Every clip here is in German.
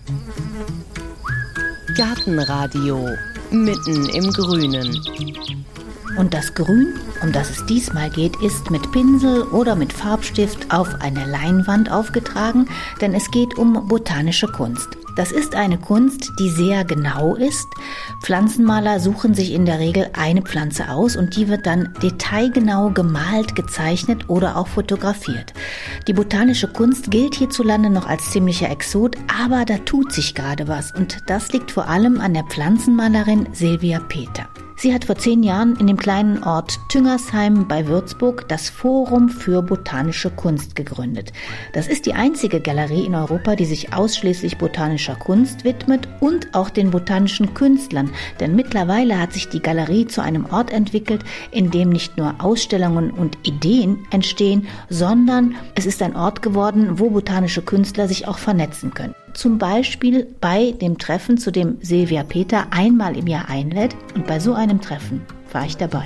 Gartenradio mitten im Grünen. Und das Grün, um das es diesmal geht, ist mit Pinsel oder mit Farbstift auf eine Leinwand aufgetragen, denn es geht um botanische Kunst. Das ist eine Kunst, die sehr genau ist. Pflanzenmaler suchen sich in der Regel eine Pflanze aus und die wird dann detailgenau gemalt, gezeichnet oder auch fotografiert. Die botanische Kunst gilt hierzulande noch als ziemlicher Exot, aber da tut sich gerade was und das liegt vor allem an der Pflanzenmalerin Silvia Peter. Sie hat vor 10 Jahren in dem kleinen Ort Tüngersheim bei Würzburg das Forum für botanische Kunst gegründet. Das ist die einzige Galerie in Europa, die sich ausschließlich botanischer Kunst widmet und auch den botanischen Künstlern. Denn mittlerweile hat sich die Galerie zu einem Ort entwickelt, in dem nicht nur Ausstellungen und Ideen entstehen, sondern es ist ein Ort geworden, wo botanische Künstler sich auch vernetzen können. Zum Beispiel bei dem Treffen, zu dem Silvia Peter einmal im Jahr einlädt. Und bei so einem Treffen war ich dabei.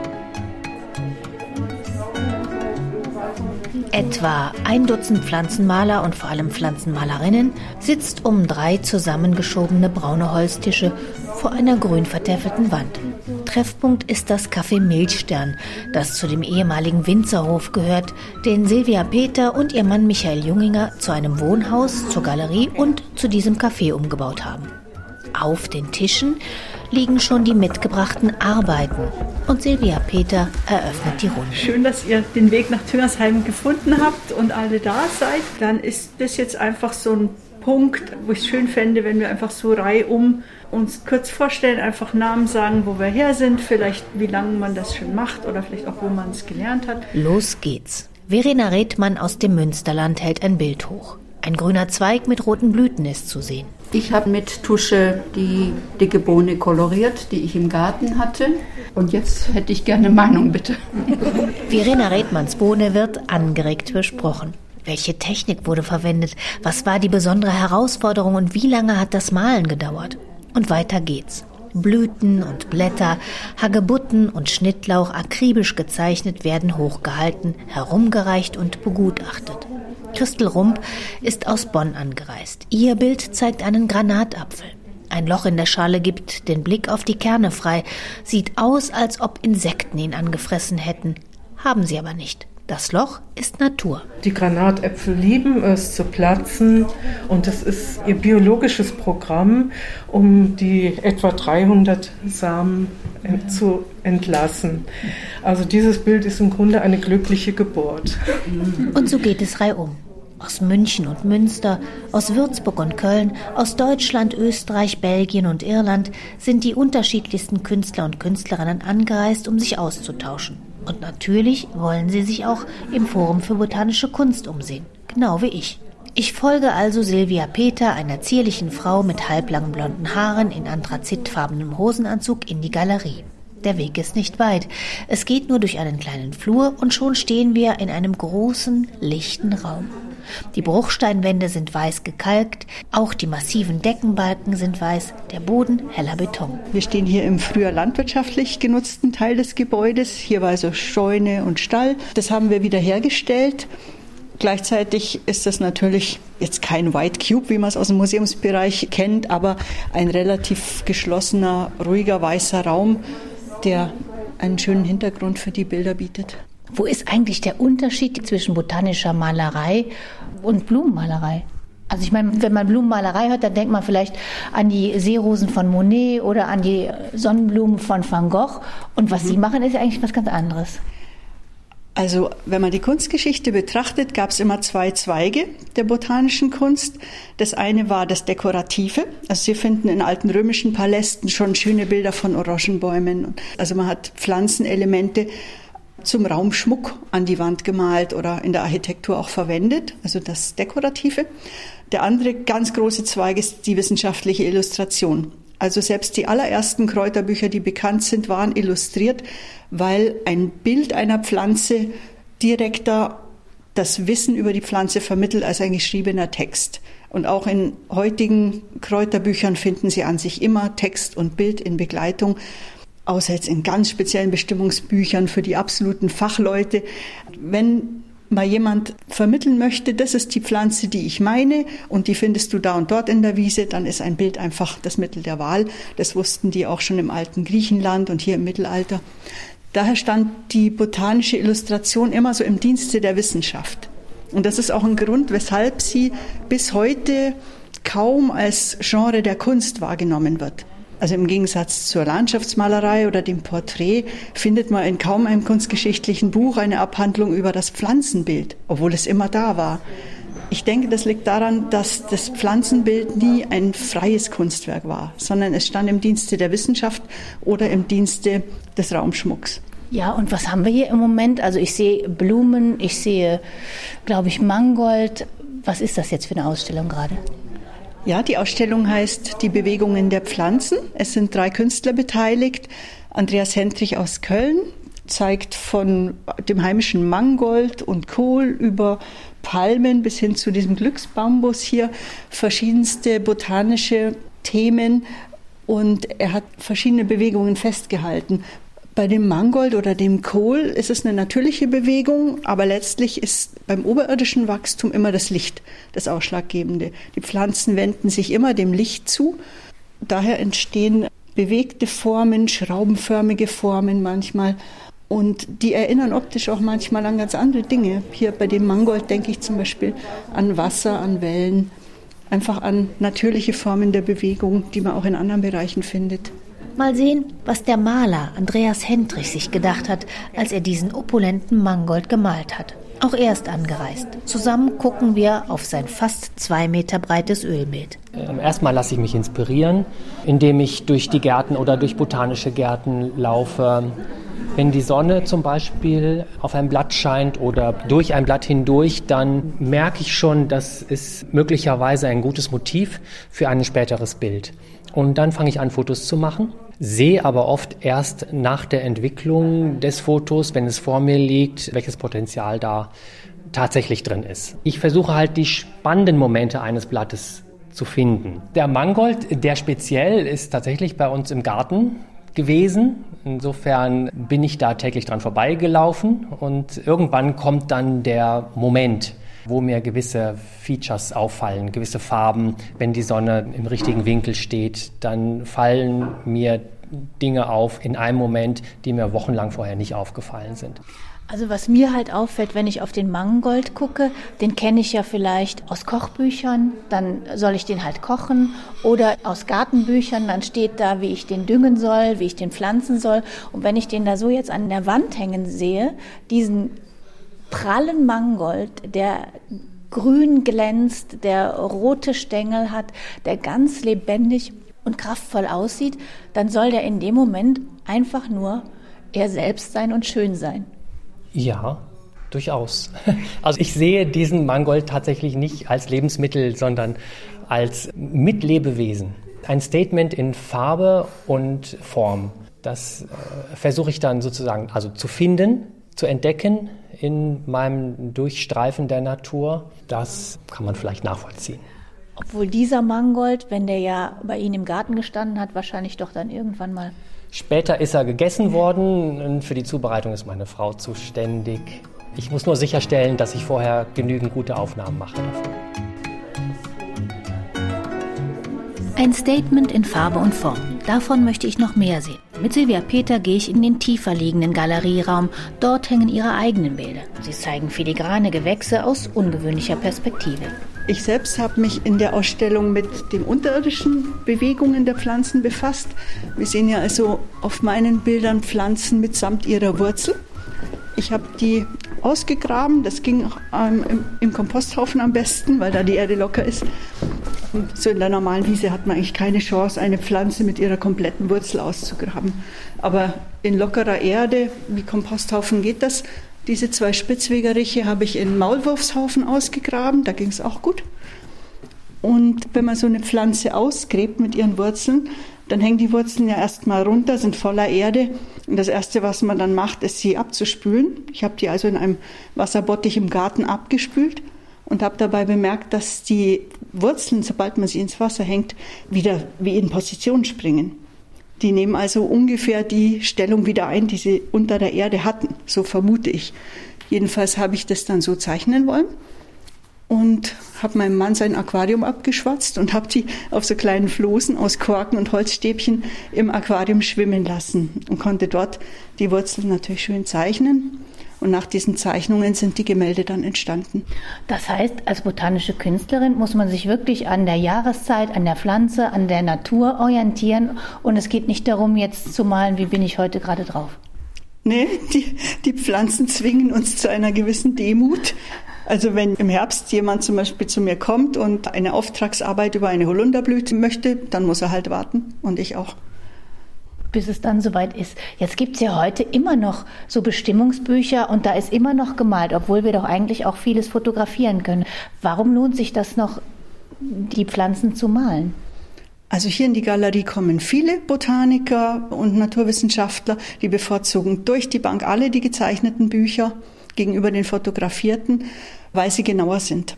Etwa 1 Dutzend Pflanzenmaler und vor allem Pflanzenmalerinnen sitzt um 3 zusammengeschobene braune Holztische vor einer grün vertäfelten Wand. Treffpunkt ist das Café Milchstern, das zu dem ehemaligen Winzerhof gehört, den Silvia Peter und ihr Mann Michael Junginger zu einem Wohnhaus, zur Galerie und zu diesem Café umgebaut haben. Auf den Tischen liegen schon die mitgebrachten Arbeiten und Silvia Peter eröffnet die Runde. Schön, dass ihr den Weg nach Tüngersheim gefunden habt und alle da seid. Dann ist das jetzt einfach so ein Punkt, wo ich es schön fände, wenn wir einfach so reihum uns kurz vorstellen, einfach Namen sagen, wo wir her sind, vielleicht wie lange man das schon macht oder vielleicht auch, wo man es gelernt hat. Los geht's. Verena Redmann aus dem Münsterland hält ein Bild hoch. Ein grüner Zweig mit roten Blüten ist zu sehen. Ich habe mit Tusche die dicke Bohne koloriert, die ich im Garten hatte. Und jetzt hätte ich gerne Meinung, bitte. Verena Redmanns Bohne wird angeregt besprochen. Welche Technik wurde verwendet? Was war die besondere Herausforderung und wie lange hat das Malen gedauert? Und weiter geht's. Blüten und Blätter, Hagebutten und Schnittlauch akribisch gezeichnet werden hochgehalten, herumgereicht und begutachtet. Christel Rump ist aus Bonn angereist. Ihr Bild zeigt einen Granatapfel. Ein Loch in der Schale gibt den Blick auf die Kerne frei. Sieht aus, als ob Insekten ihn angefressen hätten. Haben sie aber nicht. Das Loch ist Natur. Die Granatäpfel lieben es zu platzen und es ist ihr biologisches Programm, um die etwa 300 Samen zu entlassen. Also dieses Bild ist im Grunde eine glückliche Geburt. Und so geht es reihum. Aus München und Münster, aus Würzburg und Köln, aus Deutschland, Österreich, Belgien und Irland sind die unterschiedlichsten Künstler und Künstlerinnen angereist, um sich auszutauschen. Und natürlich wollen sie sich auch im Forum für botanische Kunst umsehen, genau wie ich. Ich folge also Silvia Peter, einer zierlichen Frau mit halblangen blonden Haaren in anthrazitfarbenem Hosenanzug, in die Galerie. Der Weg ist nicht weit. Es geht nur durch einen kleinen Flur und schon stehen wir in einem großen, lichten Raum. Die Bruchsteinwände sind weiß gekalkt, auch die massiven Deckenbalken sind weiß, der Boden heller Beton. Wir stehen hier im früher landwirtschaftlich genutzten Teil des Gebäudes. Hier war also Scheune und Stall. Das haben wir wieder hergestellt. Gleichzeitig ist das natürlich jetzt kein White Cube, wie man es aus dem Museumsbereich kennt, aber ein relativ geschlossener, ruhiger, weißer Raum, der einen schönen Hintergrund für die Bilder bietet. Wo ist eigentlich der Unterschied zwischen botanischer Malerei und Blumenmalerei? Also ich meine, wenn man Blumenmalerei hört, dann denkt man vielleicht an die Seerosen von Monet oder an die Sonnenblumen von Van Gogh. Und was Sie machen, ist ja eigentlich was ganz anderes. Also wenn man die Kunstgeschichte betrachtet, gab es immer 2 Zweige der botanischen Kunst. Das eine war das Dekorative. Also Sie finden in alten römischen Palästen schon schöne Bilder von Orangenbäumen. Also man hat Pflanzenelemente zum Raumschmuck an die Wand gemalt oder in der Architektur auch verwendet, also das Dekorative. Der andere ganz große Zweig ist die wissenschaftliche Illustration. Also selbst die allerersten Kräuterbücher, die bekannt sind, waren illustriert, weil ein Bild einer Pflanze direkter das Wissen über die Pflanze vermittelt als ein geschriebener Text. Und auch in heutigen Kräuterbüchern finden Sie an sich immer Text und Bild in Begleitung. Außer jetzt in ganz speziellen Bestimmungsbüchern für die absoluten Fachleute. Wenn mal jemand vermitteln möchte, das ist die Pflanze, die ich meine und die findest du da und dort in der Wiese, dann ist ein Bild einfach das Mittel der Wahl. Das wussten die auch schon im alten Griechenland und hier im Mittelalter. Daher stand die botanische Illustration immer so im Dienste der Wissenschaft. Und das ist auch ein Grund, weshalb sie bis heute kaum als Genre der Kunst wahrgenommen wird. Also im Gegensatz zur Landschaftsmalerei oder dem Porträt findet man in kaum einem kunstgeschichtlichen Buch eine Abhandlung über das Pflanzenbild, obwohl es immer da war. Ich denke, das liegt daran, dass das Pflanzenbild nie ein freies Kunstwerk war, sondern es stand im Dienste der Wissenschaft oder im Dienste des Raumschmucks. Ja, und was haben wir hier im Moment? Also ich sehe Blumen, ich sehe, glaube ich, Mangold. Was ist das jetzt für eine Ausstellung gerade? Ja, die Ausstellung heißt Die Bewegungen der Pflanzen. Es sind 3 Künstler beteiligt. Andreas Hendrich aus Köln zeigt von dem heimischen Mangold und Kohl über Palmen bis hin zu diesem Glücksbambus hier verschiedenste botanische Themen und er hat verschiedene Bewegungen festgehalten. Bei dem Mangold oder dem Kohl ist es eine natürliche Bewegung, aber letztlich ist beim oberirdischen Wachstum immer das Licht das Ausschlaggebende. Die Pflanzen wenden sich immer dem Licht zu. Daher entstehen bewegte Formen, schraubenförmige Formen manchmal. Und die erinnern optisch auch manchmal an ganz andere Dinge. Hier bei dem Mangold denke ich zum Beispiel an Wasser, an Wellen, einfach an natürliche Formen der Bewegung, die man auch in anderen Bereichen findet. Mal sehen, was der Maler Andreas Hendrich sich gedacht hat, als er diesen opulenten Mangold gemalt hat. Auch er ist angereist. Zusammen gucken wir auf sein fast 2 Meter breites Ölbild. Erstmal lasse ich mich inspirieren, indem ich durch die Gärten oder durch botanische Gärten laufe. Wenn die Sonne zum Beispiel auf ein Blatt scheint oder durch ein Blatt hindurch, dann merke ich schon, das ist möglicherweise ein gutes Motiv für ein späteres Bild. Und dann fange ich an, Fotos zu machen, sehe aber oft erst nach der Entwicklung des Fotos, wenn es vor mir liegt, welches Potenzial da tatsächlich drin ist. Ich versuche halt die spannenden Momente eines Blattes zu finden. Der Mangold, der speziell, ist tatsächlich bei uns im Garten gewesen. Insofern bin ich da täglich dran vorbeigelaufen und irgendwann kommt dann der Moment, wo mir gewisse Features auffallen, gewisse Farben. Wenn die Sonne im richtigen Winkel steht, dann fallen mir Dinge auf in einem Moment, die mir wochenlang vorher nicht aufgefallen sind. Also was mir halt auffällt, wenn ich auf den Mangold gucke, den kenne ich ja vielleicht aus Kochbüchern, dann soll ich den halt kochen, oder aus Gartenbüchern, dann steht da, wie ich den düngen soll, wie ich den pflanzen soll. Und wenn ich den da so jetzt an der Wand hängen sehe, diesen prallen Mangold, der grün glänzt, der rote Stängel hat, der ganz lebendig und kraftvoll aussieht, dann soll der in dem Moment einfach nur er selbst sein und schön sein. Ja, durchaus. Also ich sehe diesen Mangold tatsächlich nicht als Lebensmittel, sondern als Mitlebewesen. Ein Statement in Farbe und Form. Das versuche ich dann sozusagen also zu finden, zu entdecken in meinem Durchstreifen der Natur. Das kann man vielleicht nachvollziehen. Obwohl dieser Mangold, wenn der ja bei Ihnen im Garten gestanden hat, wahrscheinlich doch dann irgendwann mal... Später ist er gegessen worden und für die Zubereitung ist meine Frau zuständig. Ich muss nur sicherstellen, dass ich vorher genügend gute Aufnahmen mache davon. Ein Statement in Farbe und Form. Davon möchte ich noch mehr sehen. Mit Silvia Peter gehe ich in den tiefer liegenden Galerieraum. Dort hängen ihre eigenen Bilder. Sie zeigen filigrane Gewächse aus ungewöhnlicher Perspektive. Ich selbst habe mich in der Ausstellung mit den unterirdischen Bewegungen der Pflanzen befasst. Wir sehen ja also auf meinen Bildern Pflanzen mitsamt ihrer Wurzel. Ich habe die ausgegraben, das ging im Komposthaufen am besten, weil da die Erde locker ist. So in der normalen Wiese hat man eigentlich keine Chance, eine Pflanze mit ihrer kompletten Wurzel auszugraben. Aber in lockerer Erde, wie Komposthaufen geht das. Diese 2 Spitzwegeriche habe ich in Maulwurfshaufen ausgegraben, da ging es auch gut. Und wenn man so eine Pflanze ausgräbt mit ihren Wurzeln, dann hängen die Wurzeln ja erstmal runter, sind voller Erde. Und das Erste, was man dann macht, ist, sie abzuspülen. Ich habe die also in einem Wasserbottich im Garten abgespült und habe dabei bemerkt, dass die Wurzeln, sobald man sie ins Wasser hängt, wieder wie in Position springen. Die nehmen also ungefähr die Stellung wieder ein, die sie unter der Erde hatten, so vermute ich. Jedenfalls habe ich das dann so zeichnen wollen und habe meinem Mann sein Aquarium abgeschwatzt und habe die auf so kleinen Floßen aus Korken und Holzstäbchen im Aquarium schwimmen lassen und konnte dort die Wurzeln natürlich schön zeichnen. Und nach diesen Zeichnungen sind die Gemälde dann entstanden. Das heißt, als botanische Künstlerin muss man sich wirklich an der Jahreszeit, an der Pflanze, an der Natur orientieren. Und es geht nicht darum, jetzt zu malen, wie bin ich heute gerade drauf. Nee, die Pflanzen zwingen uns zu einer gewissen Demut. Also wenn im Herbst jemand zum Beispiel zu mir kommt und eine Auftragsarbeit über eine Holunderblüte möchte, dann muss er halt warten und ich auch. Bis es dann soweit ist. Jetzt gibt es ja heute immer noch so Bestimmungsbücher und da ist immer noch gemalt, obwohl wir doch eigentlich auch vieles fotografieren können. Warum lohnt sich das noch, die Pflanzen zu malen? Also hier in die Galerie kommen viele Botaniker und Naturwissenschaftler, die bevorzugen durch die Bank alle die gezeichneten Bücher gegenüber den fotografierten, weil sie genauer sind.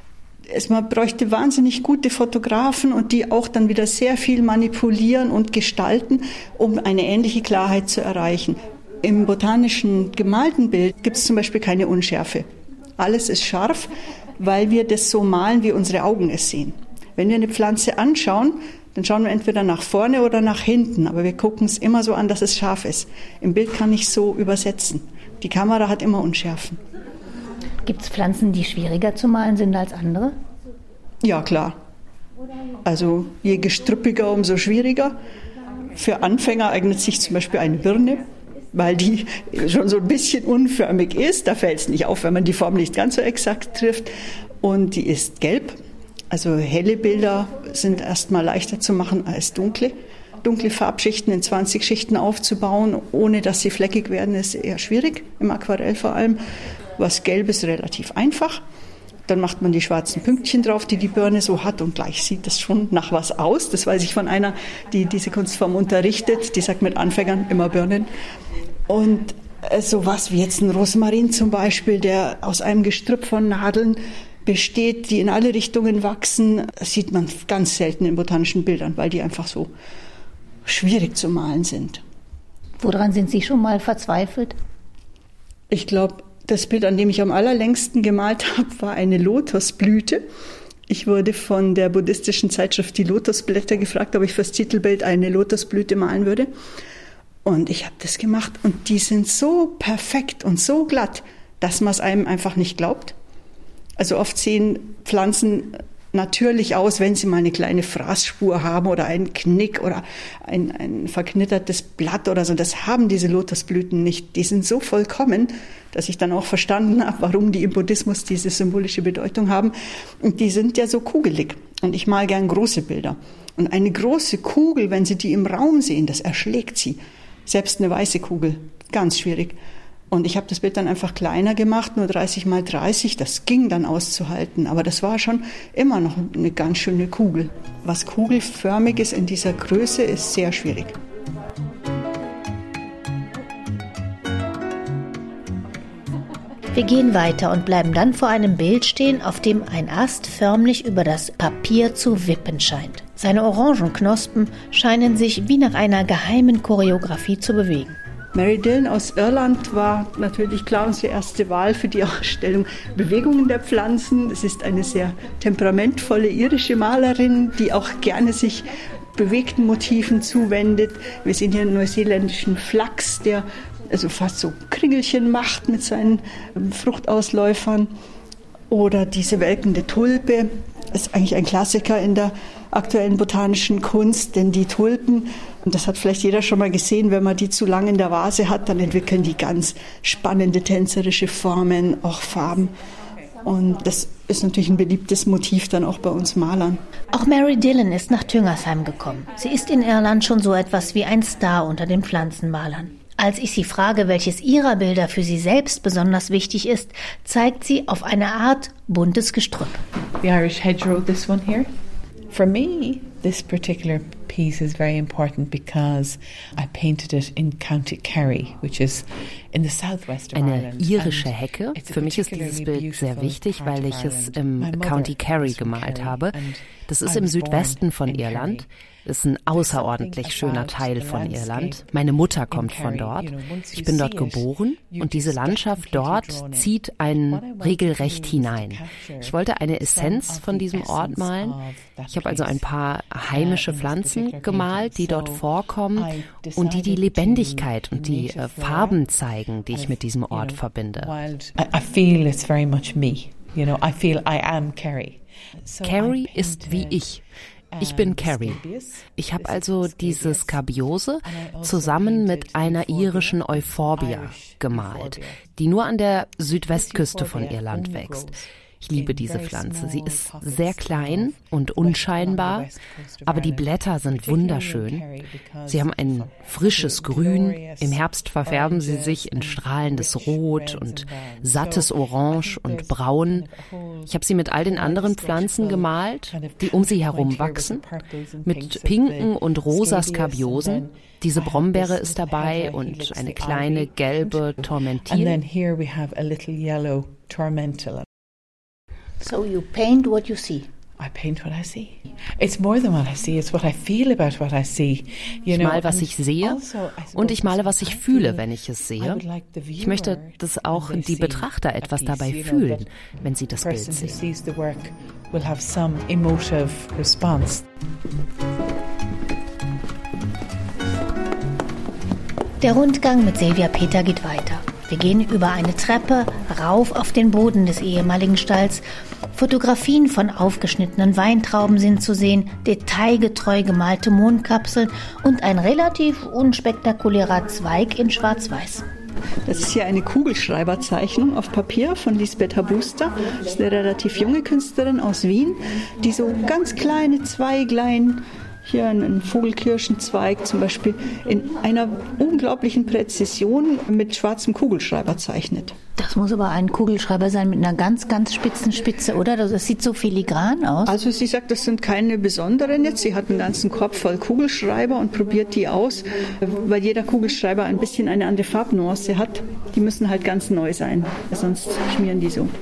Man bräuchte wahnsinnig gute Fotografen und die auch dann wieder sehr viel manipulieren und gestalten, um eine ähnliche Klarheit zu erreichen. Im botanischen gemalten Bild gibt es zum Beispiel keine Unschärfe. Alles ist scharf, weil wir das so malen, wie unsere Augen es sehen. Wenn wir eine Pflanze anschauen, dann schauen wir entweder nach vorne oder nach hinten, aber wir gucken es immer so an, dass es scharf ist. Im Bild kann ich so übersetzen. Die Kamera hat immer Unschärfen. Gibt es Pflanzen, die schwieriger zu malen sind als andere? Ja, klar. Also je gestrüppiger, umso schwieriger. Für Anfänger eignet sich zum Beispiel eine Birne, weil die schon so ein bisschen unförmig ist. Da fällt es nicht auf, wenn man die Form nicht ganz so exakt trifft. Und die ist gelb. Also helle Bilder sind erstmal leichter zu machen als dunkle. Dunkle Farbschichten in 20 Schichten aufzubauen, ohne dass sie fleckig werden, ist eher schwierig, im Aquarell vor allem. Was gelb ist, relativ einfach. Dann macht man die schwarzen Pünktchen drauf, die Birne so hat und gleich sieht das schon nach was aus. Das weiß ich von einer, die diese Kunstform unterrichtet. Die sagt mit Anfängern immer Birnen. Und sowas wie jetzt ein Rosmarin zum Beispiel, der aus einem Gestrüpp von Nadeln besteht, die in alle Richtungen wachsen, sieht man ganz selten in botanischen Bildern, weil die einfach so schwierig zu malen sind. Woran sind Sie schon mal verzweifelt? Ich glaube, das Bild, an dem ich am allerlängsten gemalt habe, war eine Lotusblüte. Ich wurde von der buddhistischen Zeitschrift Die Lotusblätter gefragt, ob ich fürs Titelbild eine Lotusblüte malen würde. Und ich habe das gemacht und die sind so perfekt und so glatt, dass man es einem einfach nicht glaubt. Also oft sehen Pflanzen natürlich aus, wenn sie mal eine kleine Fraßspur haben oder einen Knick oder ein verknittertes Blatt oder so. Das haben diese Lotusblüten nicht. Die sind so vollkommen, dass ich dann auch verstanden habe, warum die im Buddhismus diese symbolische Bedeutung haben. Und die sind ja so kugelig. Und ich male gern große Bilder. Und eine große Kugel, wenn Sie die im Raum sehen, das erschlägt sie. Selbst eine weiße Kugel, ganz schwierig. Und ich habe das Bild dann einfach kleiner gemacht, nur 30 mal 30. Das ging dann auszuhalten, aber das war schon immer noch eine ganz schöne Kugel. Was kugelförmiges in dieser Größe ist sehr schwierig. Wir gehen weiter und bleiben dann vor einem Bild stehen, auf dem ein Ast förmlich über das Papier zu wippen scheint. Seine Orangenknospen scheinen sich wie nach einer geheimen Choreografie zu bewegen. Mary Dillon aus Irland war natürlich klar unsere erste Wahl für die Ausstellung Bewegungen der Pflanzen. Es ist eine sehr temperamentvolle irische Malerin, die auch gerne sich bewegten Motiven zuwendet. Wir sehen hier einen neuseeländischen Flachs, der also fast so Kringelchen macht mit seinen Fruchtausläufern. Oder diese welkende Tulpe ist eigentlich ein Klassiker in der aktuellen botanischen Kunst, denn die Tulpen, und das hat vielleicht jeder schon mal gesehen, wenn man die zu lang in der Vase hat, dann entwickeln die ganz spannende tänzerische Formen, auch Farben. Und das ist natürlich ein beliebtes Motiv dann auch bei uns Malern. Auch Mary Dillon ist nach Tüngersheim gekommen. Sie ist in Irland schon so etwas wie ein Star unter den Pflanzenmalern. Als ich sie frage, welches ihrer Bilder für sie selbst besonders wichtig ist, zeigt sie auf eine Art buntes Gestrüpp. The Irish hedgerow, this one here. For me, this particular piece is very important because I painted it in County Kerry, which is in the southwest of Ireland. Eine irische Hecke. Für mich ist dieses Bild sehr wichtig, weil ich es im County Kerry gemalt habe. Das ist im Südwesten von Irland. ist ein außerordentlich schöner Teil von Irland. Meine Mutter kommt von dort. Ich bin dort geboren und diese Landschaft dort zieht einen regelrecht hinein. Ich wollte eine Essenz von diesem Ort malen. Ich habe also ein paar heimische Pflanzen gemalt, die dort vorkommen und die Lebendigkeit und die Farben zeigen, die ich mit diesem Ort verbinde. I feel it's very much me. You know, I feel I am Carrie. Carrie ist wie ich. Ich bin Carrie. Ich habe also diese Skabiose zusammen mit einer irischen Euphorbia gemalt, die nur an der Südwestküste von Irland wächst. Ich liebe diese Pflanze. Sie ist sehr klein und unscheinbar, aber die Blätter sind wunderschön. Sie haben ein frisches Grün. Im Herbst verfärben sie sich in strahlendes Rot und sattes Orange und Braun. Ich habe sie mit all den anderen Pflanzen gemalt, die um sie herum wachsen, mit pinken und rosa Skabiosen. Diese Brombeere ist dabei und eine kleine gelbe Tormentil. So you paint what you see. I paint what I see. It's more than what I see, it's what I feel about what I see. Ich male, was ich sehe und ich male, was ich fühle, wenn ich es sehe. Ich möchte, dass auch die Betrachter etwas dabei fühlen, wenn sie das Bild sehen. Der Rundgang mit Silvia Peter geht weiter. Wir gehen über eine Treppe rauf auf den Boden des ehemaligen Stalls. Fotografien von aufgeschnittenen Weintrauben sind zu sehen, detailgetreu gemalte Mondkapseln und ein relativ unspektakulärer Zweig in Schwarz-Weiß. Das ist hier eine Kugelschreiberzeichnung auf Papier von Lisbeth Habuster. Das ist eine relativ junge Künstlerin aus Wien, die so ganz kleine Zweiglein, hier einen Vogelkirschenzweig zum Beispiel, in einer unglaublichen Präzision mit schwarzem Kugelschreiber zeichnet. Das muss aber ein Kugelschreiber sein mit einer ganz, ganz spitzen Spitze, oder? Das sieht so filigran aus. Also sie sagt, das sind keine besonderen jetzt. Sie hat einen ganzen Korb voll Kugelschreiber und probiert die aus, weil jeder Kugelschreiber ein bisschen eine andere Farbnuance hat. Die müssen halt ganz neu sein, sonst schmieren die so.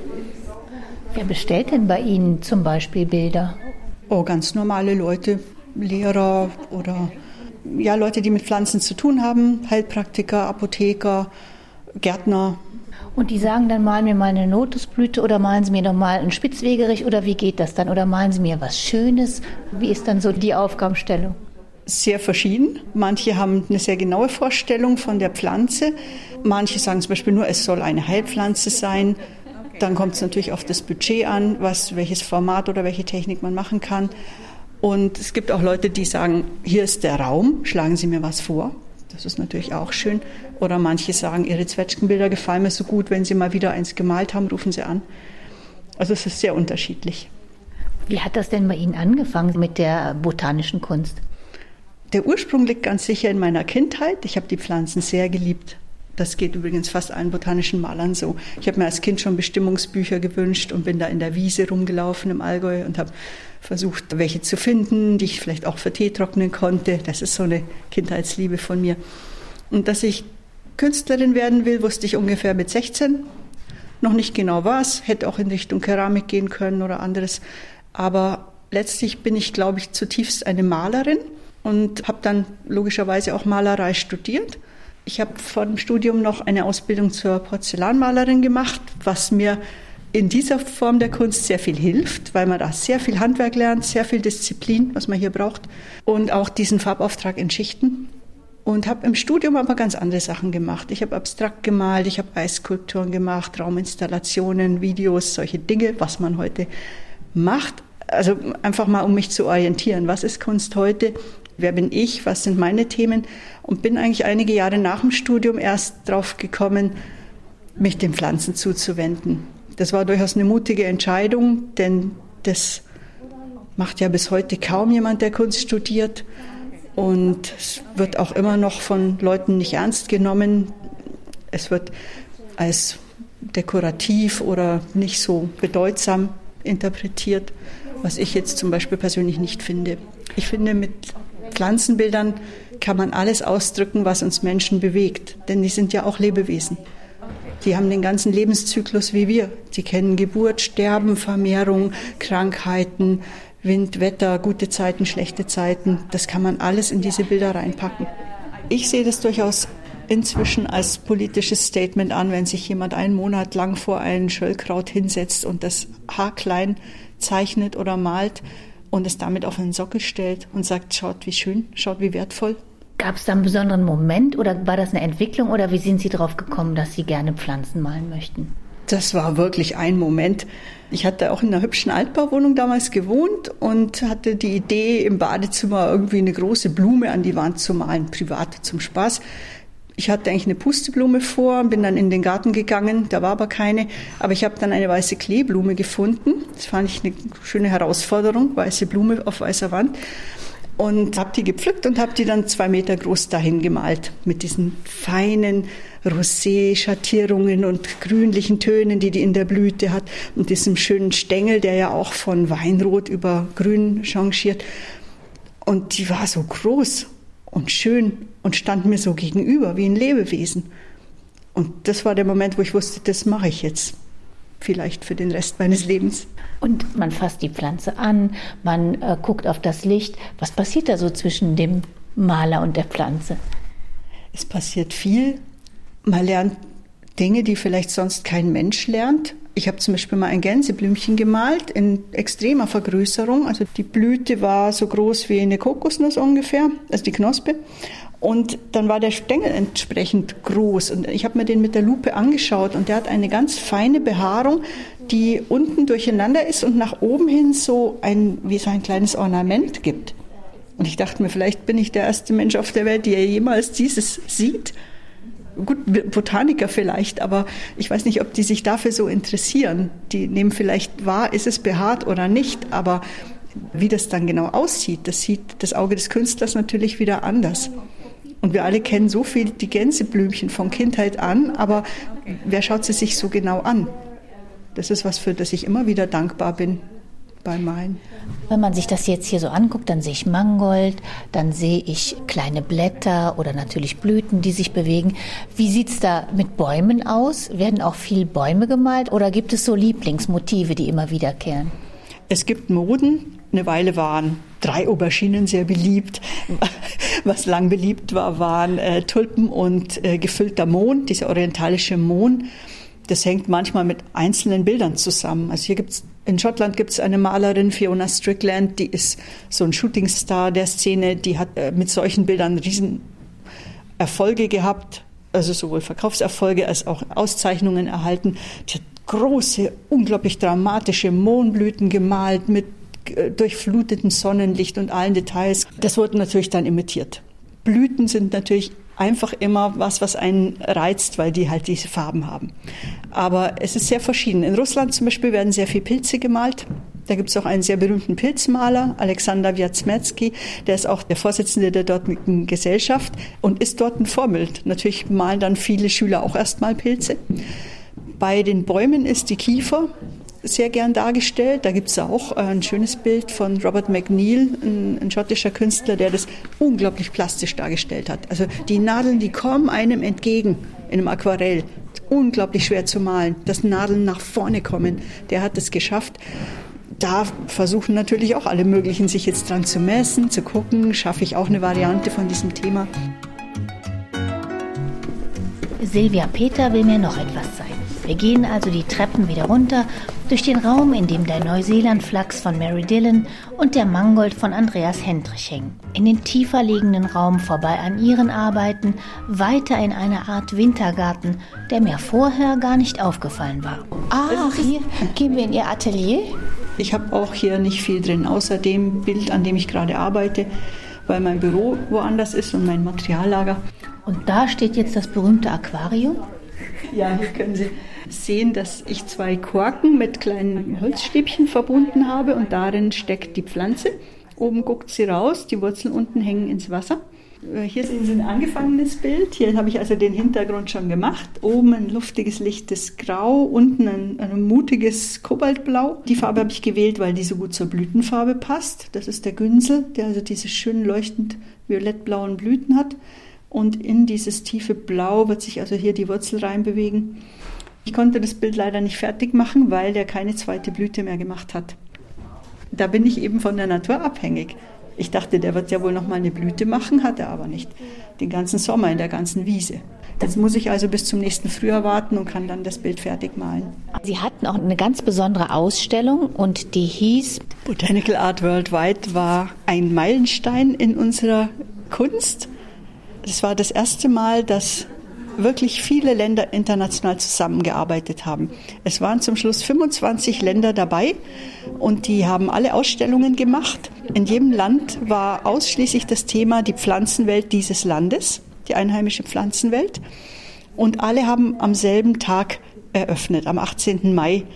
Wer bestellt denn bei Ihnen zum Beispiel Bilder? Oh, ganz normale Leute. Lehrer oder ja, Leute, die mit Pflanzen zu tun haben, Heilpraktiker, Apotheker, Gärtner. Und die sagen dann, malen mir mal eine Lotusblüte oder malen Sie mir doch mal einen Spitzwegerich oder wie geht das dann? Oder malen Sie mir was Schönes? Wie ist dann so die Aufgabenstellung? Sehr verschieden. Manche haben eine sehr genaue Vorstellung von der Pflanze. Manche sagen zum Beispiel nur, es soll eine Heilpflanze sein. Dann kommt es natürlich auf das Budget an, welches Format oder welche Technik man machen kann. Und es gibt auch Leute, die sagen, hier ist der Raum, schlagen Sie mir was vor. Das ist natürlich auch schön. Oder manche sagen, Ihre Zwetschgenbilder gefallen mir so gut, wenn Sie mal wieder eins gemalt haben, rufen Sie an. Also es ist sehr unterschiedlich. Wie hat das denn bei Ihnen angefangen mit der botanischen Kunst? Der Ursprung liegt ganz sicher in meiner Kindheit. Ich habe die Pflanzen sehr geliebt. Das geht übrigens fast allen botanischen Malern so. Ich habe mir als Kind schon Bestimmungsbücher gewünscht und bin da in der Wiese rumgelaufen im Allgäu und habe versucht, welche zu finden, die ich vielleicht auch für Tee trocknen konnte. Das ist so eine Kindheitsliebe von mir. Und dass ich Künstlerin werden will, wusste ich ungefähr mit 16. Noch nicht genau was, hätte auch in Richtung Keramik gehen können oder anderes. Aber letztlich bin ich, glaube ich, zutiefst eine Malerin und habe dann logischerweise auch Malerei studiert. Ich habe vor dem Studium noch eine Ausbildung zur Porzellanmalerin gemacht, was mir in dieser Form der Kunst sehr viel hilft, weil man da sehr viel Handwerk lernt, sehr viel Disziplin, was man hier braucht und auch diesen Farbauftrag in Schichten. Und habe im Studium aber ganz andere Sachen gemacht. Ich habe abstrakt gemalt, ich habe Eisskulpturen gemacht, Rauminstallationen, Videos, solche Dinge, was man heute macht. Also einfach mal, um mich zu orientieren. Was ist Kunst heute? Wer bin ich? Was sind meine Themen? Und bin eigentlich einige Jahre nach dem Studium erst drauf gekommen, mich den Pflanzen zuzuwenden. Das war durchaus eine mutige Entscheidung, denn das macht ja bis heute kaum jemand, der Kunst studiert. Und es wird auch immer noch von Leuten nicht ernst genommen. Es wird als dekorativ oder nicht so bedeutsam interpretiert, was ich jetzt zum Beispiel persönlich nicht finde. Ich finde, mit Pflanzenbildern kann man alles ausdrücken, was uns Menschen bewegt. Denn die sind ja auch Lebewesen. Die haben den ganzen Lebenszyklus wie wir. Die kennen Geburt, Sterben, Vermehrung, Krankheiten, Wind, Wetter, gute Zeiten, schlechte Zeiten. Das kann man alles in diese Bilder reinpacken. Ich sehe das durchaus inzwischen als politisches Statement an, wenn sich jemand einen Monat lang vor ein Schöllkraut hinsetzt und das haarklein zeichnet oder malt und es damit auf einen Sockel stellt und sagt, schaut wie schön, schaut wie wertvoll. Gab es da einen besonderen Moment oder war das eine Entwicklung oder wie sind Sie darauf gekommen, dass Sie gerne Pflanzen malen möchten? Das war wirklich ein Moment. Ich hatte auch in einer hübschen Altbauwohnung damals gewohnt und hatte die Idee, im Badezimmer irgendwie eine große Blume an die Wand zu malen, privat zum Spaß. Ich hatte eigentlich eine Pusteblume vor, bin dann in den Garten gegangen, da war aber keine. Aber ich habe dann eine weiße Kleeblume gefunden. Das fand ich eine schöne Herausforderung, weiße Blume auf weißer Wand. Und habe die gepflückt und habe die dann 2 Meter groß dahin gemalt. Mit diesen feinen Rosé-Schattierungen und grünlichen Tönen, die in der Blüte hat. Und diesem schönen Stängel, der ja auch von Weinrot über Grün changiert. Und die war so groß und schön und stand mir so gegenüber wie ein Lebewesen. Und das war der Moment, wo ich wusste, das mache ich jetzt. Vielleicht für den Rest meines Lebens. Und man fasst die Pflanze an, man guckt auf das Licht. Was passiert da so zwischen dem Maler und der Pflanze? Es passiert viel. Man lernt Dinge, die vielleicht sonst kein Mensch lernt. Ich habe zum Beispiel mal ein Gänseblümchen gemalt in extremer Vergrößerung. Also die Blüte war so groß wie eine Kokosnuss ungefähr, also die Knospe. Und dann war der Stängel entsprechend groß. Und ich habe mir den mit der Lupe angeschaut und der hat eine ganz feine Behaarung, die unten durcheinander ist und nach oben hin wie so ein kleines Ornament gibt. Und ich dachte mir, vielleicht bin ich der erste Mensch auf der Welt, der jemals dieses sieht. Gut, Botaniker vielleicht, aber ich weiß nicht, ob die sich dafür so interessieren. Die nehmen vielleicht wahr, ist es behaart oder nicht, aber wie das dann genau aussieht, das sieht das Auge des Künstlers natürlich wieder anders. Und wir alle kennen so viel die Gänseblümchen von Kindheit an, aber wer schaut sie sich so genau an? Das ist was, für das ich immer wieder dankbar bin beim Malen. Wenn man sich das jetzt hier so anguckt, dann sehe ich Mangold, dann sehe ich kleine Blätter oder natürlich Blüten, die sich bewegen. Wie sieht es da mit Bäumen aus? Werden auch viel Bäume gemalt oder gibt es so Lieblingsmotive, die immer wiederkehren? Es gibt Moden. Eine Weile waren 3 Auberginen sehr beliebt. Was lang beliebt war, waren Tulpen und gefüllter Mohn, dieser orientalische Mohn. Das hängt manchmal mit einzelnen Bildern zusammen. Also in Schottland gibt es eine Malerin, Fiona Strickland, die ist so ein Shootingstar der Szene, die hat mit solchen Bildern riesen Erfolge gehabt, also sowohl Verkaufserfolge als auch Auszeichnungen erhalten. Die hat große, unglaublich dramatische Mohnblüten gemalt mit durchflutetem Sonnenlicht und allen Details. Das wurde natürlich dann imitiert. Blüten sind natürlich einfach immer was einen reizt, weil die halt diese Farben haben. Aber es ist sehr verschieden. In Russland zum Beispiel werden sehr viel Pilze gemalt. Da gibt es auch einen sehr berühmten Pilzmaler, Alexander Wjatzmecki, der ist auch der Vorsitzende der dortigen Gesellschaft und ist dort ein Vorbild. Natürlich malen dann viele Schüler auch erstmal Pilze. Bei den Bäumen ist die Kiefer sehr gern dargestellt. Da gibt es auch ein schönes Bild von Robert McNeill, ein schottischer Künstler, der das unglaublich plastisch dargestellt hat. Also die Nadeln, die kommen einem entgegen in einem Aquarell. Unglaublich schwer zu malen, dass Nadeln nach vorne kommen. Der hat es geschafft. Da versuchen natürlich auch alle möglichen, sich jetzt dran zu messen, zu gucken, schaffe ich auch eine Variante von diesem Thema. Silvia Peter will mir noch etwas zeigen. Wir gehen also die Treppen wieder runter, durch den Raum, in dem der Neuseeland-Flachs von Mary Dillon und der Mangold von Andreas Hendrich hängen. In den tiefer liegenden Raum vorbei an ihren Arbeiten, weiter in eine Art Wintergarten, der mir vorher gar nicht aufgefallen war. Hier gehen wir in Ihr Atelier. Ich habe auch hier nicht viel drin, außer dem Bild, an dem ich gerade arbeite, weil mein Büro woanders ist und mein Materiallager. Und da steht jetzt das berühmte Aquarium? Ja, hier können Sie sehen, dass ich 2 Korken mit kleinen Holzstäbchen verbunden habe und darin steckt die Pflanze. Oben guckt sie raus, die Wurzeln unten hängen ins Wasser. Hier sehen Sie ein angefangenes Bild. Hier habe ich also den Hintergrund schon gemacht. Oben ein luftiges, lichtes Grau, unten ein mutiges Kobaltblau. Die Farbe habe ich gewählt, weil die so gut zur Blütenfarbe passt. Das ist der Günsel, der also diese schön leuchtend violettblauen Blüten hat. Und in dieses tiefe Blau wird sich also hier die Wurzel reinbewegen. Ich konnte das Bild leider nicht fertig machen, weil der keine zweite Blüte mehr gemacht hat. Da bin ich eben von der Natur abhängig. Ich dachte, der wird ja wohl noch mal eine Blüte machen, hat er aber nicht. Den ganzen Sommer in der ganzen Wiese. Jetzt muss ich also bis zum nächsten Frühjahr warten und kann dann das Bild fertig malen. Sie hatten auch eine ganz besondere Ausstellung und die hieß Botanical Art Worldwide, war ein Meilenstein in unserer Kunst. Es war das erste Mal, dass wirklich viele Länder international zusammengearbeitet haben. Es waren zum Schluss 25 Länder dabei und die haben alle Ausstellungen gemacht. In jedem Land war ausschließlich das Thema die Pflanzenwelt dieses Landes, die einheimische Pflanzenwelt. Und alle haben am selben Tag eröffnet, am 18. Mai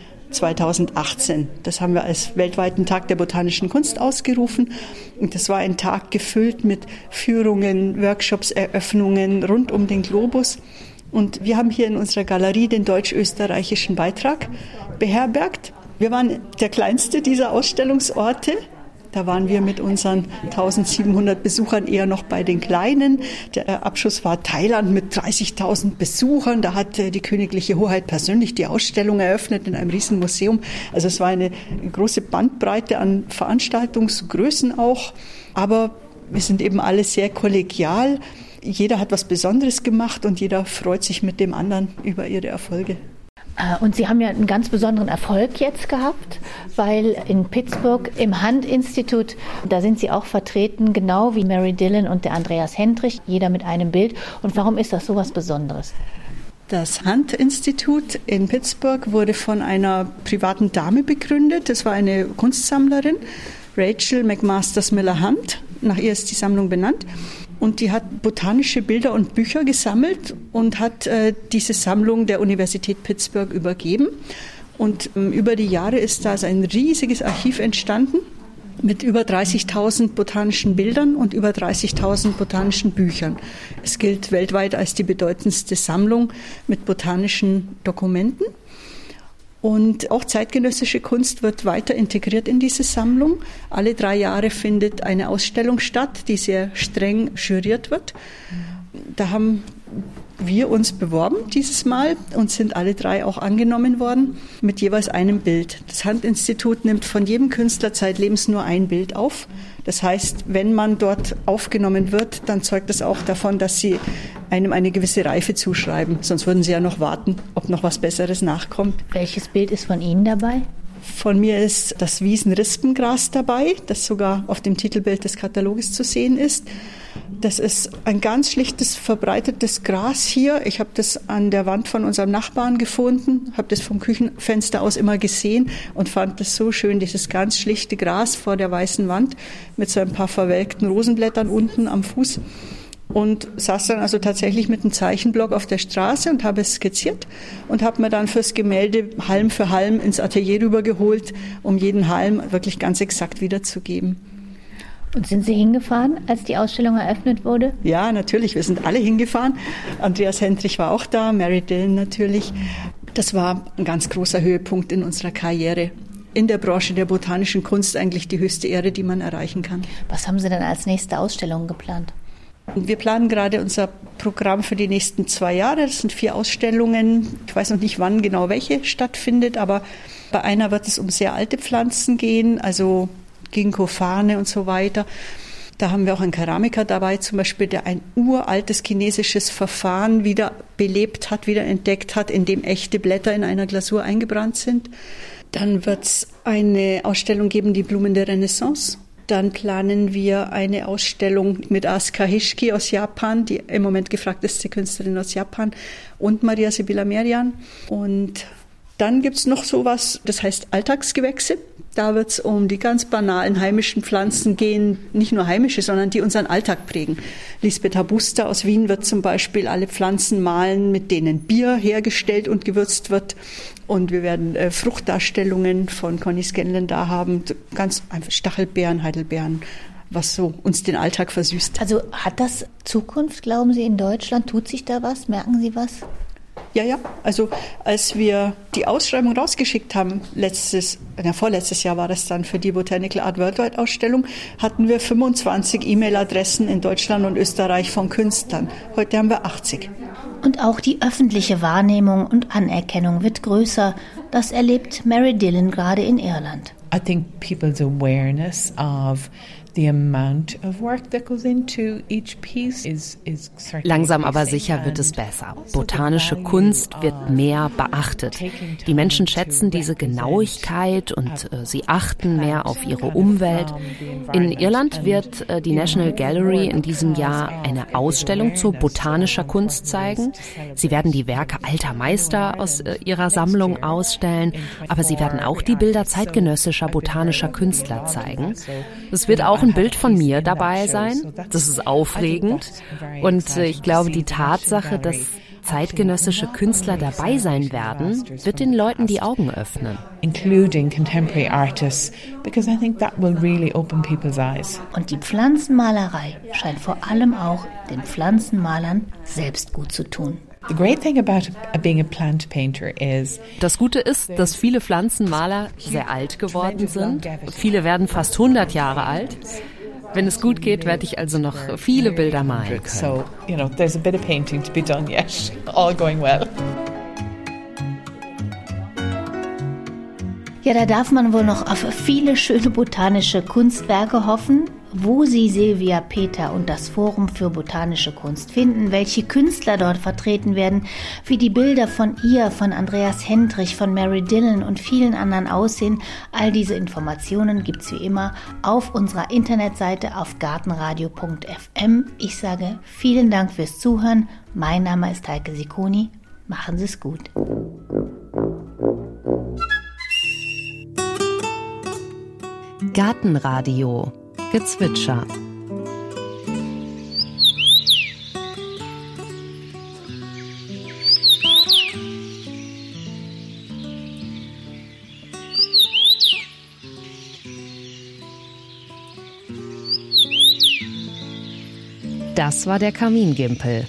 2018. Das haben wir als weltweiten Tag der botanischen Kunst ausgerufen. Und das war ein Tag gefüllt mit Führungen, Workshops, Eröffnungen rund um den Globus. Und wir haben hier in unserer Galerie den deutsch-österreichischen Beitrag beherbergt. Wir waren der kleinste dieser Ausstellungsorte. Da waren wir mit unseren 1700 Besuchern eher noch bei den Kleinen. Der Abschluss war Thailand mit 30.000 Besuchern. Da hat die königliche Hoheit persönlich die Ausstellung eröffnet in einem Riesenmuseum. Also es war eine große Bandbreite an Veranstaltungsgrößen auch. Aber wir sind eben alle sehr kollegial. Jeder hat was Besonderes gemacht und jeder freut sich mit dem anderen über ihre Erfolge. Und Sie haben ja einen ganz besonderen Erfolg jetzt gehabt, weil in Pittsburgh im Hunt-Institut, da sind Sie auch vertreten, genau wie Mary Dillon und der Andreas Hendrich, jeder mit einem Bild. Und warum ist das so was Besonderes? Das Hunt-Institut in Pittsburgh wurde von einer privaten Dame begründet. Das war eine Kunstsammlerin, Rachel McMasters Miller Hunt. Nach ihr ist die Sammlung benannt. Und die hat botanische Bilder und Bücher gesammelt und hat diese Sammlung der Universität Pittsburgh übergeben. Und über die Jahre ist da ein riesiges Archiv entstanden mit über 30.000 botanischen Bildern und über 30.000 botanischen Büchern. Es gilt weltweit als die bedeutendste Sammlung mit botanischen Dokumenten. Und auch zeitgenössische Kunst wird weiter integriert in diese Sammlung. Alle 3 Jahre findet eine Ausstellung statt, die sehr streng juriert wird. Da haben wir uns beworben dieses Mal und sind alle 3 auch angenommen worden mit jeweils einem Bild. Das Hunt-Institut nimmt von jedem Künstler zeitlebens nur ein Bild auf. Das heißt, wenn man dort aufgenommen wird, dann zeugt das auch davon, dass sie einem eine gewisse Reife zuschreiben. Sonst würden sie ja noch warten, ob noch was Besseres nachkommt. Welches Bild ist von Ihnen dabei? Von mir ist das Wiesenrispengras dabei, das sogar auf dem Titelbild des Kataloges zu sehen ist. Das ist ein ganz schlichtes, verbreitetes Gras hier. Ich habe das an der Wand von unserem Nachbarn gefunden, habe das vom Küchenfenster aus immer gesehen und fand das so schön, dieses ganz schlichte Gras vor der weißen Wand mit so ein paar verwelkten Rosenblättern unten am Fuß. Und saß dann also tatsächlich mit einem Zeichenblock auf der Straße und habe es skizziert und habe mir dann fürs Gemälde Halm für Halm ins Atelier rübergeholt, um jeden Halm wirklich ganz exakt wiederzugeben. Und sind Sie hingefahren, als die Ausstellung eröffnet wurde? Ja, natürlich. Wir sind alle hingefahren. Andreas Hendrich war auch da, Mary Dillon natürlich. Das war ein ganz großer Höhepunkt in unserer Karriere. In der Branche der botanischen Kunst eigentlich die höchste Ehre, die man erreichen kann. Was haben Sie denn als nächste Ausstellung geplant? Wir planen gerade unser Programm für die nächsten 2 Jahre. Das sind 4 Ausstellungen. Ich weiß noch nicht, wann genau welche stattfindet, aber bei einer wird es um sehr alte Pflanzen gehen, also Ginkgo-Fahne und so weiter. Da haben wir auch einen Keramiker dabei, zum Beispiel, der ein uraltes chinesisches Verfahren wieder belebt hat, wieder entdeckt hat, in dem echte Blätter in einer Glasur eingebrannt sind. Dann wird es eine Ausstellung geben, die Blumen der Renaissance. Dann planen wir eine Ausstellung mit Asuka Hishiki aus Japan, die im Moment gefragteste Künstlerin aus Japan, und Maria Sibylla Merian. Und dann gibt's noch sowas, das heißt Alltagsgewächse. Da wird's um die ganz banalen heimischen Pflanzen gehen, nicht nur heimische, sondern die unseren Alltag prägen. Lisbeth Habuster aus Wien wird zum Beispiel alle Pflanzen malen, mit denen Bier hergestellt und gewürzt wird. Und wir werden Fruchtdarstellungen von Conny Scanlon da haben, ganz einfach Stachelbeeren, Heidelbeeren, was so uns den Alltag versüßt. Also hat das Zukunft, glauben Sie, in Deutschland? Tut sich da was? Merken Sie was? Ja. Also als wir die Ausschreibung rausgeschickt haben, vorletztes Jahr war das dann für die Botanical Art Worldwide Ausstellung, hatten wir 25 E-Mail-Adressen in Deutschland und Österreich von Künstlern. Heute haben wir 80. Und auch die öffentliche Wahrnehmung und Anerkennung wird größer. Das erlebt Mary Dillon gerade in Irland. I think people's awareness of the amount of work that goes into each piece is certainly Langsam aber sicher wird es besser. Botanische Kunst wird mehr beachtet. Die Menschen schätzen diese Genauigkeit und sie achten mehr auf ihre Umwelt. In Irland wird die National Gallery in diesem Jahr eine Ausstellung zu botanischer Kunst zeigen. Sie werden die Werke alter Meister aus ihrer Sammlung ausstellen, aber sie werden auch die Bilder zeitgenössischer botanischer Künstler zeigen. Es wird auch ein Bild von mir dabei sein. Das ist aufregend. Und ich glaube, die Tatsache, dass zeitgenössische Künstler dabei sein werden, wird den Leuten die Augen öffnen. Including contemporary artists, because I think that will really open people's eyes. Und die Pflanzenmalerei scheint vor allem auch den Pflanzenmalern selbst gut zu tun. The great thing about being a plant painter is, das Gute ist, dass viele Pflanzenmaler sehr alt geworden sind. Viele werden fast 100 Jahre alt. Wenn es gut geht, werde ich also noch viele Bilder malen können. So, there's a bit of painting to be done yet. All going well. Ja, da darf man wohl noch auf viele schöne botanische Kunstwerke hoffen. Wo Sie Silvia Peter und das Forum für botanische Kunst finden, welche Künstler dort vertreten werden, wie die Bilder von ihr, von Andreas Hendrich, von Mary Dillon und vielen anderen aussehen, all diese Informationen gibt's wie immer auf unserer Internetseite auf gartenradio.fm. Ich sage vielen Dank fürs Zuhören. Mein Name ist Heike Sicconi. Machen Sie es gut. Gartenradio Gezwitscher. Das war der Kamingimpel.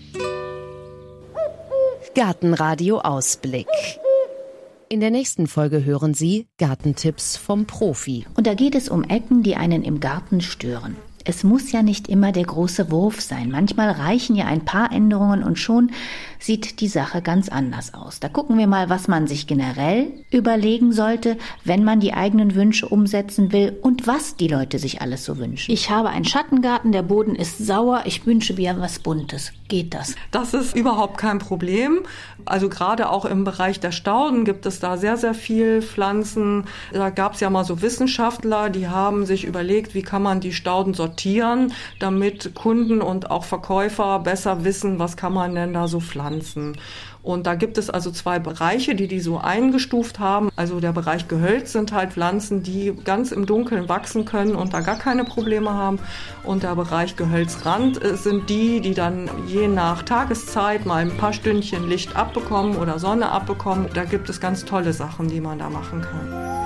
Gartenradio Ausblick. In der nächsten Folge hören Sie Gartentipps vom Profi. Und da geht es um Ecken, die einen im Garten stören. Es muss ja nicht immer der große Wurf sein. Manchmal reichen ja ein paar Änderungen und schon sieht die Sache ganz anders aus. Da gucken wir mal, was man sich generell überlegen sollte, wenn man die eigenen Wünsche umsetzen will und was die Leute sich alles so wünschen. Ich habe einen Schattengarten, der Boden ist sauer, ich wünsche mir was Buntes. Geht das? Das ist überhaupt kein Problem. Also gerade auch im Bereich der Stauden gibt es da sehr, sehr viel Pflanzen. Da gab es ja mal so Wissenschaftler, die haben sich überlegt, wie kann man die Stauden sortieren, damit Kunden und auch Verkäufer besser wissen, was kann man denn da so pflanzen. Und da gibt es also zwei Bereiche, die so eingestuft haben. Also der Bereich Gehölz sind halt Pflanzen, die ganz im Dunkeln wachsen können und da gar keine Probleme haben. Und der Bereich Gehölzrand sind die dann je nach Tageszeit mal ein paar Stündchen Licht abbekommen oder Sonne abbekommen. Da gibt es ganz tolle Sachen, die man da machen kann.